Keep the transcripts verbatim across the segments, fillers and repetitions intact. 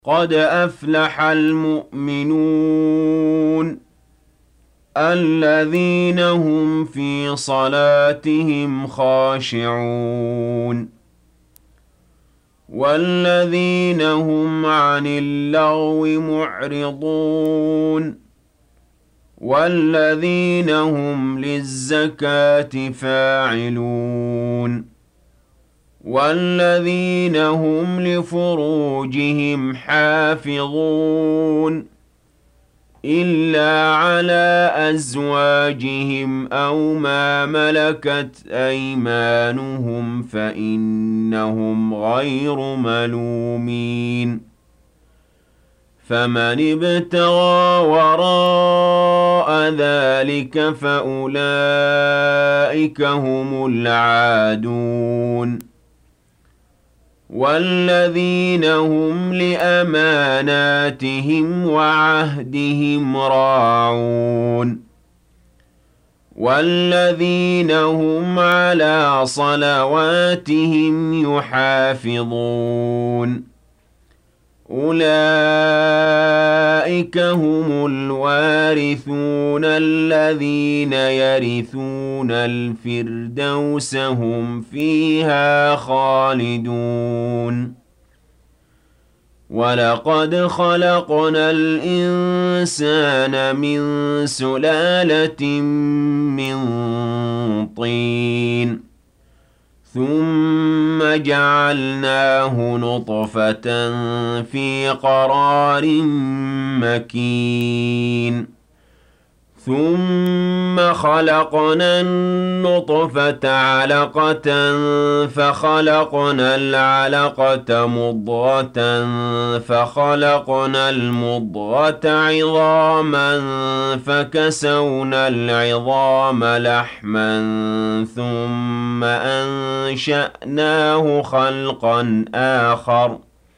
قد أفلح المؤمنون الذين هم في صلاتهم خاشعون والذين هم عن اللغو معرضون والذين هم للزكاة فاعلون والذين هم لفروجهم حافظون إلا على أزواجهم أو ما ملكت أيمانهم فإنهم غير ملومين فمن ابتغى وراء ذلك فأولئك هم العادون والذين هم لأماناتهم وعهدهم راعون والذين هم على صلواتهم يحافظون أولئك هم الوارثون الذين يرثون الفردوس هم فيها خالدون ولقد خلقنا الإنسان من سلالة من طين ثم جعلناه نطفة في قرار مكين ثم خلقنا النطفة علقة فخلقنا العلقة مضغة فخلقنا المضغة عظاما فكسونا العظام لحما ثم أنشأناه خلقا آخر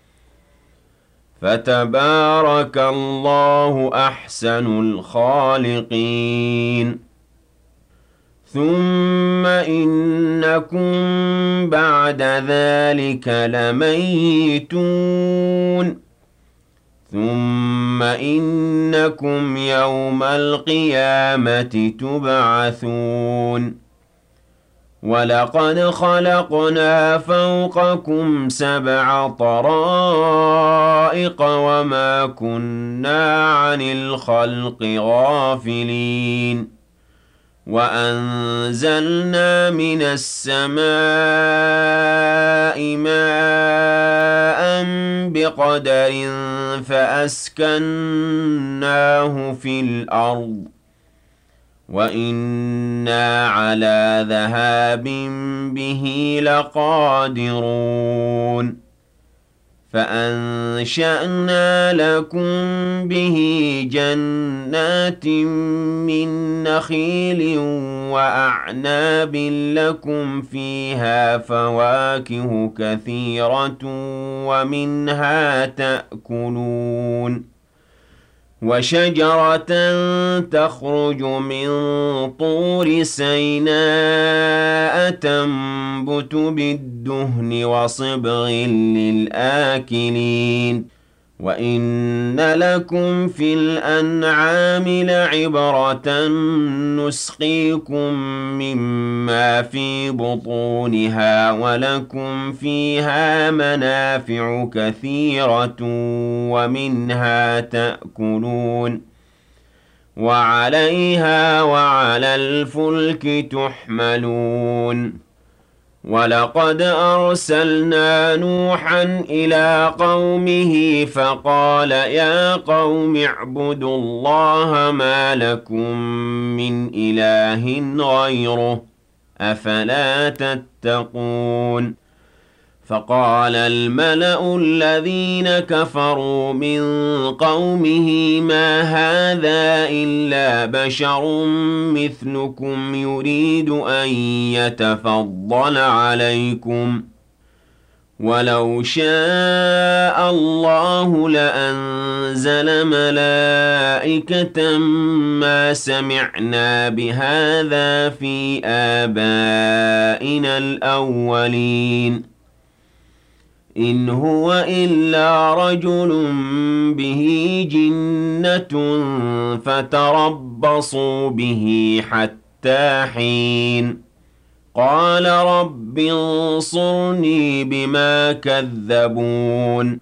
فتبارك الله أحسن الخالقين ثم إنكم بعد ذلك لميتون ثم إنكم يوم القيامة تبعثون ولقد خلقنا فوقكم سبع طرائق وما كنا عن الخلق غافلين وأنزلنا من السماء ماء بقدر فأسكناه في الأرض وإنا على ذهاب به لقادرون فأنشأنا لكم به جنات من نخيل وأعناب لكم فيها فواكه كثيرة ومنها تأكلون وشجرة تخرج من طور سيناء تنبت بالدهن وصبغ للآكلين وإن لكم في الأنعام لعبرة نسقيكم مما في بطونها ولكم فيها منافع كثيرة ومنها تأكلون وعليها وعلى الفلك تحملون ولقد أرسلنا نوحا إلى قومه فقال يا قوم اعبدوا الله ما لكم من إله غيره أفلا تتقون فقال الملأ الذين كفروا من قومه ما هذا إلا بشر مثلكم يريد أن يتفضل عليكم ولو شاء الله لأنزل ملائكة ما سمعنا بهذا في آبائنا الأولين إن هو إلا رجل به جنة فتربصوا به حتى حين قال رب انصرني بما كذبون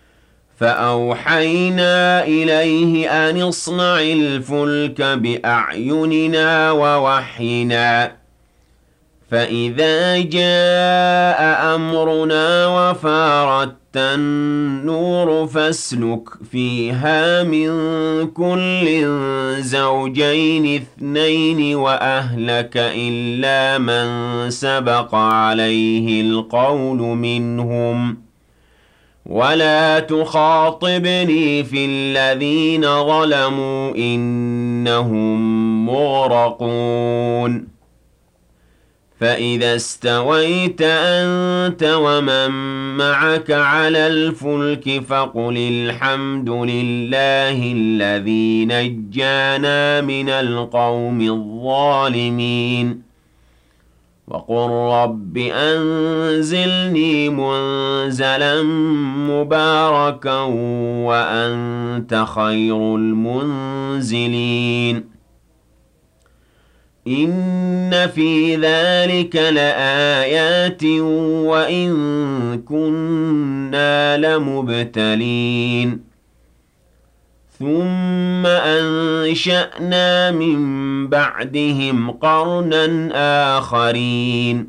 فأوحينا إليه أن اصنع الفلك بأعيننا ووحينا فإذا جاء أمرنا وفارت النور فاسلك فيها من كل زوجين اثنين وأهلك إلا من سبق عليه القول منهم ولا تخاطبني في الذين ظلموا إنهم مغرقون فإذا استويت أنت ومن معك على الفلك فقل الحمد لله الذي نجانا من القوم الظالمين وقل رب أنزلني منزلا مباركا وأنت خير المنزلين إن في ذلك لآيات وإن كنا لمبتلين ثم أنشأنا من بعدهم قرنا آخرين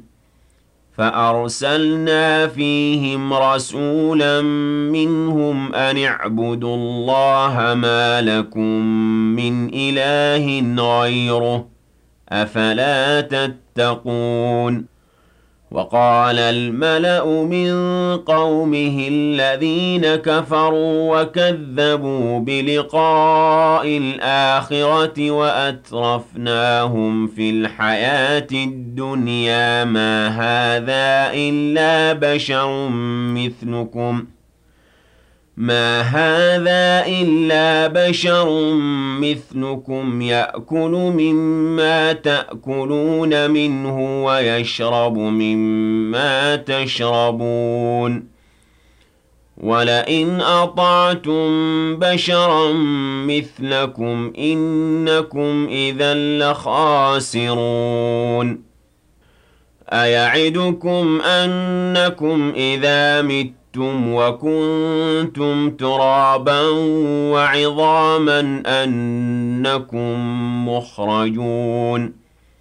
فأرسلنا فيهم رسولا منهم أن اعبدوا الله ما لكم من إله غيره أفلا تتقون وقال الملأ من قومه الذين كفروا وكذبوا بلقاء الآخرة وأترفناهم في الحياة الدنيا ما هذا إلا بشر مثلكم ما هذا إلا بشر مثلكم يأكل مما تأكلون منه ويشرب مما تشربون ولئن أطعتم بشرا مثلكم إنكم إذا لخاسرون أيعدكم أنكم إذا متم وكنتم ترابا وعظاما أنكم مخرجون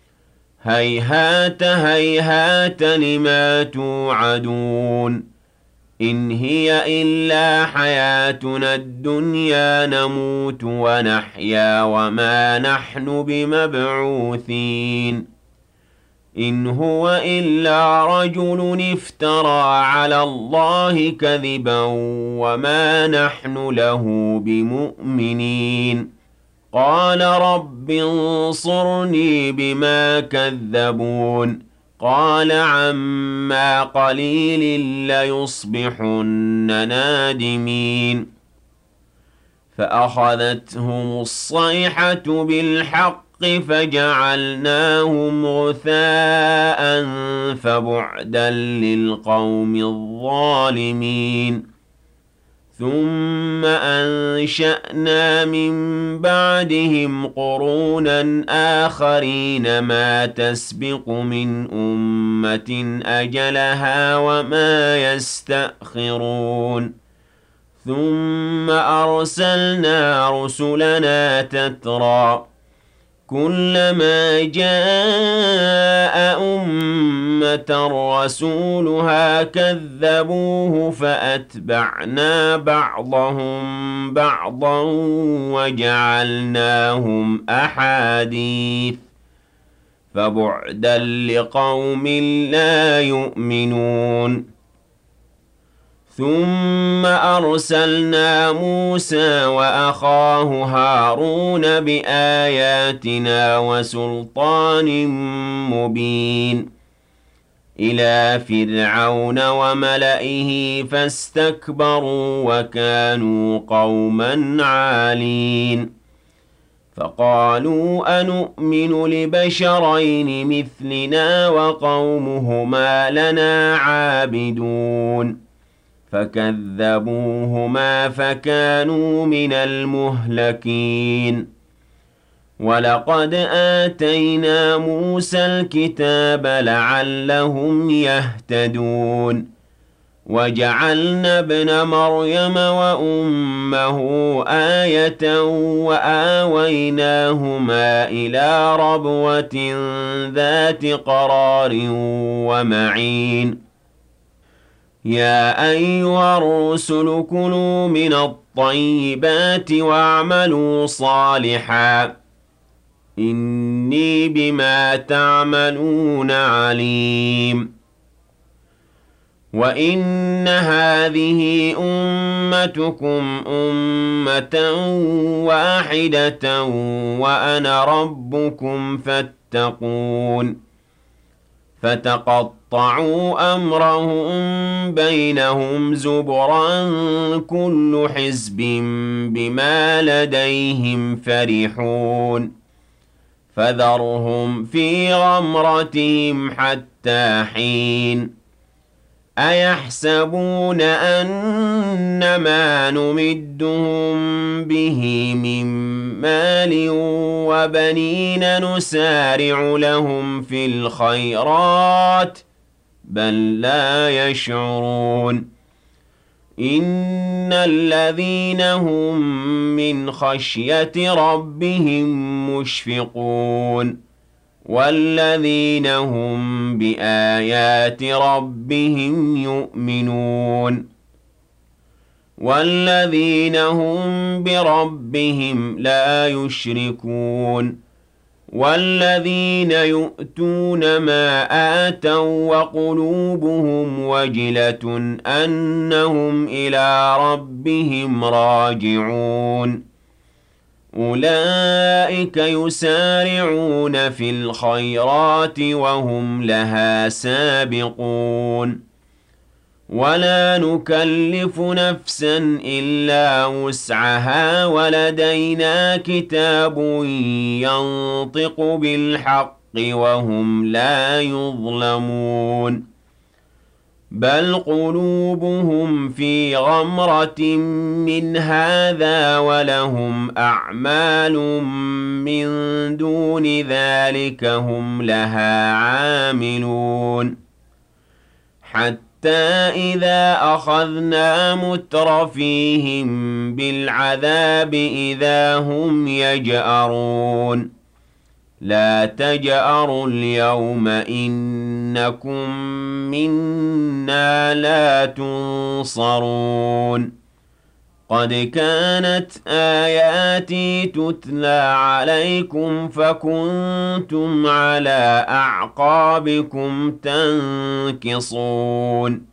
هيهات هيهات لما توعدون إن هي إلا حياتنا الدنيا نموت ونحيا وما نحن بمبعوثين إن هو إلا رجل افترى على الله كذبا وما نحن له بمؤمنين قال رب انصرني بما كذبون قال عما قليل ليصبحن نادمين فأخذتهم الصيحة بالحق فجعلناهم غثاء فبعدا للقوم الظالمين ثم أنشأنا من بعدهم قرونا آخرين ما تسبق من أمة أجلها وما يستأخرون ثم أرسلنا رسلنا تترى كلما جاء أمة رسولها كذبوه فأتبعنا بعضهم بعضا وجعلناهم أحاديث فبعدا لقوم لا يؤمنون ثم أرسلنا موسى وأخاه هارون بآياتنا وسلطان مبين إلى فرعون وملئه فاستكبروا وكانوا قوما عالين فقالوا أنؤمن لبشرين مثلنا وقومهما لنا عابدون فكذبوهما فكانوا من المهلكين ولقد آتينا موسى الكتاب لعلهم يهتدون وجعلنا ابن مريم وأمه آية وآويناهما إلى ربوة ذات قرار ومعين يا أيها الرسل كلوا من الطيبات واعملوا صالحا إني بما تعملون عليم وإن هذه أمتكم أمة واحدة وأنا ربكم فاتقون فتقطعوا أمرهم بينهم زبرا كل حزب بما لديهم فرحون فذرهم في غمرتهم حتى حين أيحسبون أن ما نمدهم به من مال وبنين نسارع لهم في الخيرات بل لا يشعرون إن الذين هم من خشية ربهم مشفقون والذين هم بآيات ربهم يؤمنون والذين هم بربهم لا يشركون والذين يؤتون ما آتوا وقلوبهم وجلة أنهم إلى ربهم راجعون أولئك يسارعون في الخيرات وهم لها سابقون ولا نكلف نفسا إلا وسعها ولدينا كتاب ينطق بالحق وهم لا يظلمون بل قلوبهم في غمرة من هذا ولهم أعمال من دون ذلك هم لها عاملون حتى إذا أخذنا مترفيهم بالعذاب إذا هم يجأرون لا تجأروا اليوم إنكم منا لا تنصرون قد كانت آياتي تتلى عليكم فكنتم على أعقابكم تنكصون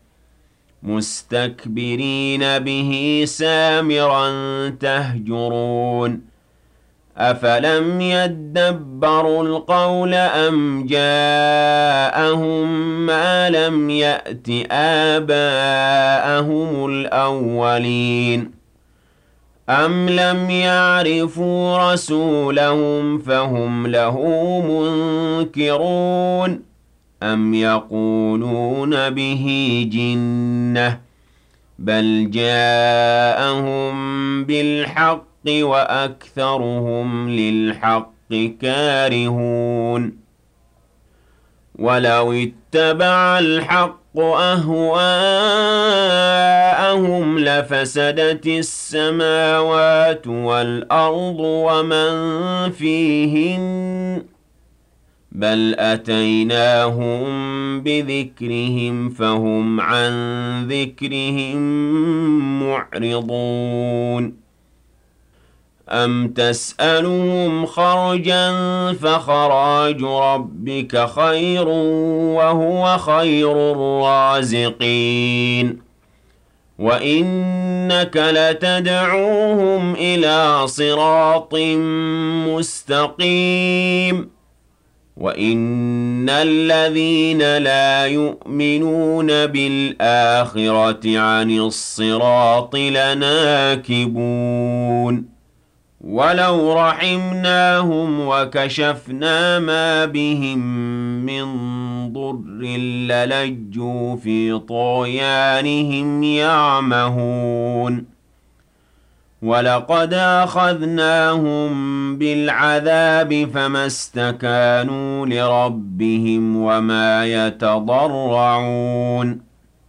مستكبرين به سامرا تهجرون أفلم يدبروا القول أم جاءهم ما لم يأت آباءهم الأولين أم لم يعرفوا رسولهم فهم له منكرون أم يقولون به جنة بل جاءهم بالحق وأكثرهم للحق كارهون ولو اتبع الحق أهواءهم لفسدت السماوات والأرض ومن فيهن بل أتيناهم بذكرهم فهم عن ذكرهم معرضون أم تسألهم خرجا فخراج ربك خير وهو خير الرازقين وإنك لتدعوهم إلى صراط مستقيم وإن الذين لا يؤمنون بالآخرة عن الصراط لناكبون ولو رحمناهم وكشفنا ما بهم من ضر للجوا في طغيانهم يعمهون ولقد أخذناهم بالعذاب فما استكانوا لربهم وما يتضرعون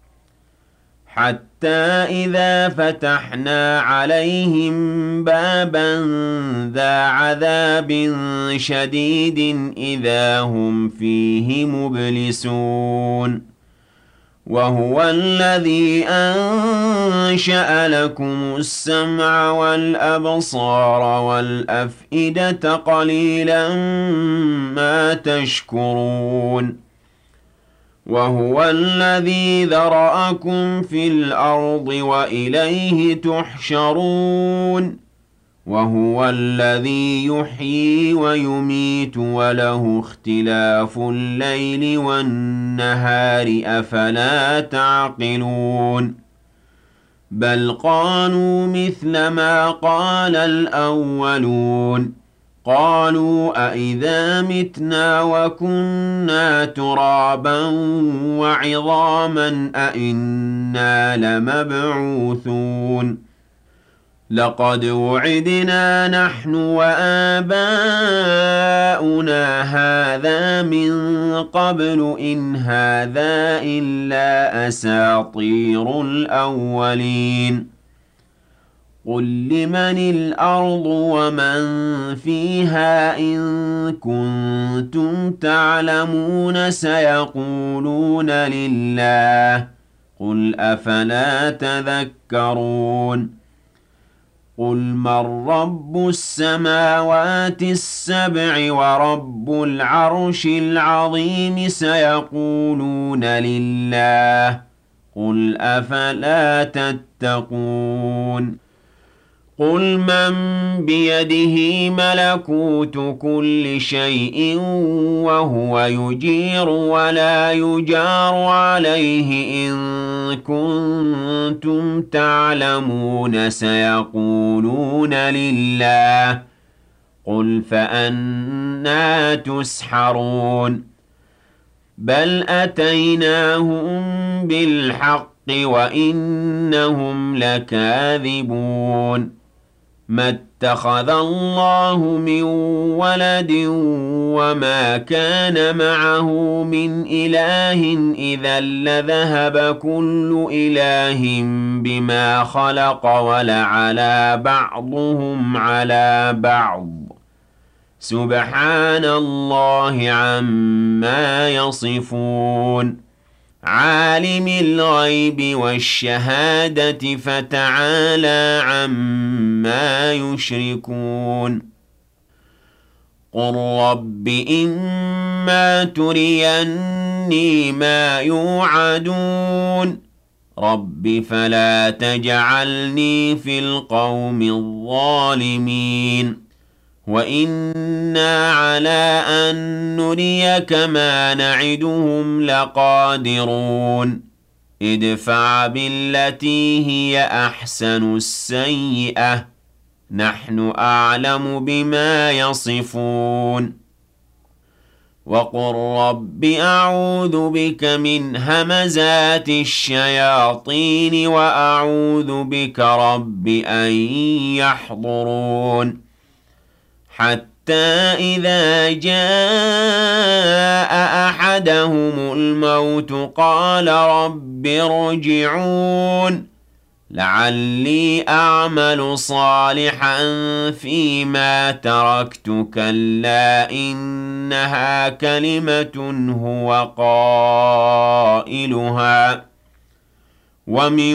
حتى إذا فتحنا عليهم بابا ذا عذاب شديد إذا هم فيه مبلسون وهو الذي أنشأ لكم السمع والأبصار والأفئدة قليلا ما تشكرون وهو الذي ذرأكم في الأرض وإليه تحشرون وهو الذي يحيي ويميت وله اختلاف الليل والنهار أفلا تعقلون بل قالوا مثل ما قال الأولون قالوا أإذا متنا وكنا ترابا وعظاما أإنا لمبعوثون لقد وعدنا نحن وآباؤنا هذا من قبل إن هذا إلا أساطير الأولين قل لمن الأرض ومن فيها إن كنتم تعلمون سيقولون لله قل أفلا تذكرون قل من رب السماوات السبع ورب العرش العظيم سيقولون لله قل أفلا تتقون قل من بيده ملكوت كل شيء وهو يجير ولا يجار عليه إن كنتم تعلمون سيقولون لله قل فأنى تسحرون بل أتيناهم بالحق وإنهم لكاذبون ما اتخذ الله من ولد وما كان معه من إله إذا لذهب كل إله بما خلق ولعلى بعضهم على بعض سبحان الله عما يصفون عالم الغيب والشهادة فتعالى عما يشركون قل رب إما تريني ما يوعدون رب فلا تجعلني في القوم الظالمين وإنا على أن نريك ما نعدهم لقادرون ادفع بالتي هي أحسن السيئة نحن أعلم بما يصفون وقل رب أعوذ بك من همزات الشياطين وأعوذ بك رب أن يحضرون حتى إذا جاء أحدهم الموت قال رب ارجعون لعلي أعمل صالحا فيما تركت كلا إنها كلمة هو قائلها ومن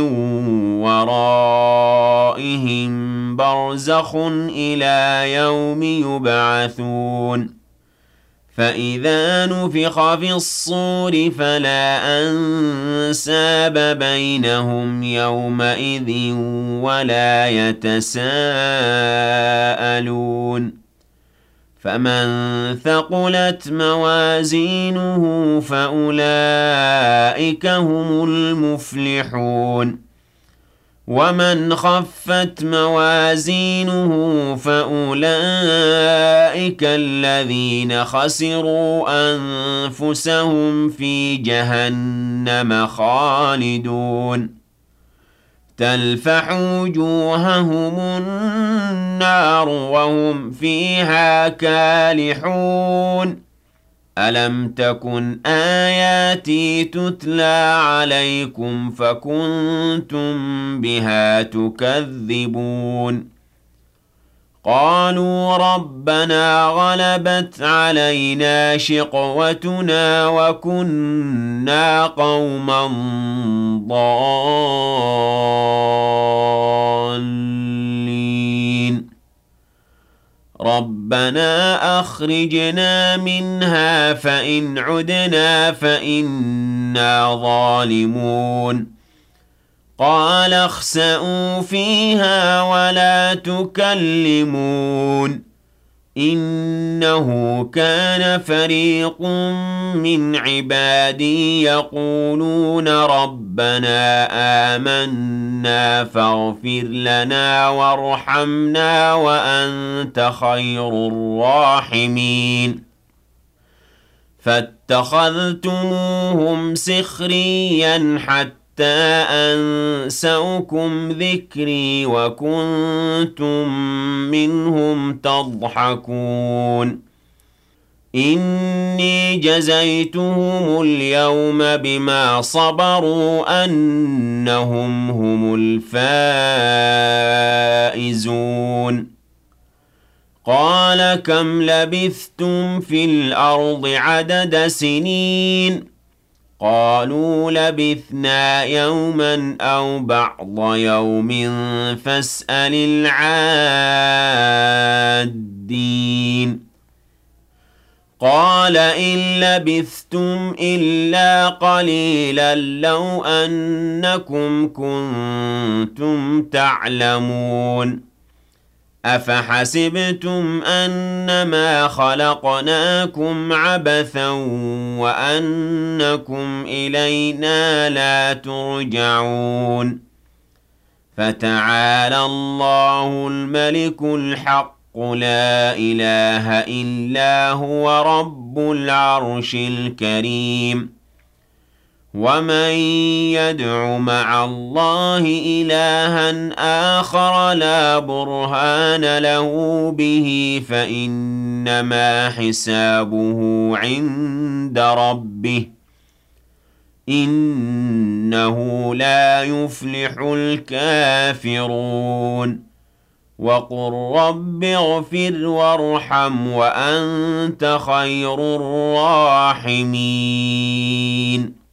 ورائهم برزخ إلى يوم يبعثون فإذا نفخ في الصور فلا أنساب بينهم يومئذ ولا يتساءلون فمن ثقلت موازينه فأولئك هم المفلحون ومن خفت موازينه فأولئك الذين خسروا أنفسهم في جهنم خالدون تلفح وجوههم النار وهم فيها كالحون ألم تكن آياتي تتلى عليكم فكنتم بها تكذبون قالوا ربنا غلبت علينا شقوتنا وكنا قوما ضالين ربنا أخرجنا منها فإن عدنا فإنا ظالمون قال اخسئوا فيها ولا تكلمون إنه كان فريق من عبادي يقولون ربنا آمنا فاغفر لنا وارحمنا وأنت خير الراحمين فاتخذتموهم سخريا حتى أنسوكم ذكري وكنتم منهم تضحكون إني جزيتهم اليوم بما صبروا أنهم هم الفائزون قال كم لبثتم في الأرض عدد سنين قالوا لبثنا يوما أو بعض يوم فاسأل العادين قال إن لبثتم إلا قليلا لو أنكم كنتم تعلمون أفحسبتم أنما خلقناكم عبثا وأنكم إلينا لا ترجعون فتعالى الله الملك الحق لا إله إلا هو رب العرش الكريم ومن يدع مع الله إلها آخر لا برهان له به فإنما حسابه عند ربه إنه لا يفلح الكافرون وقل رب اغفر وارحم وأنت خير الراحمين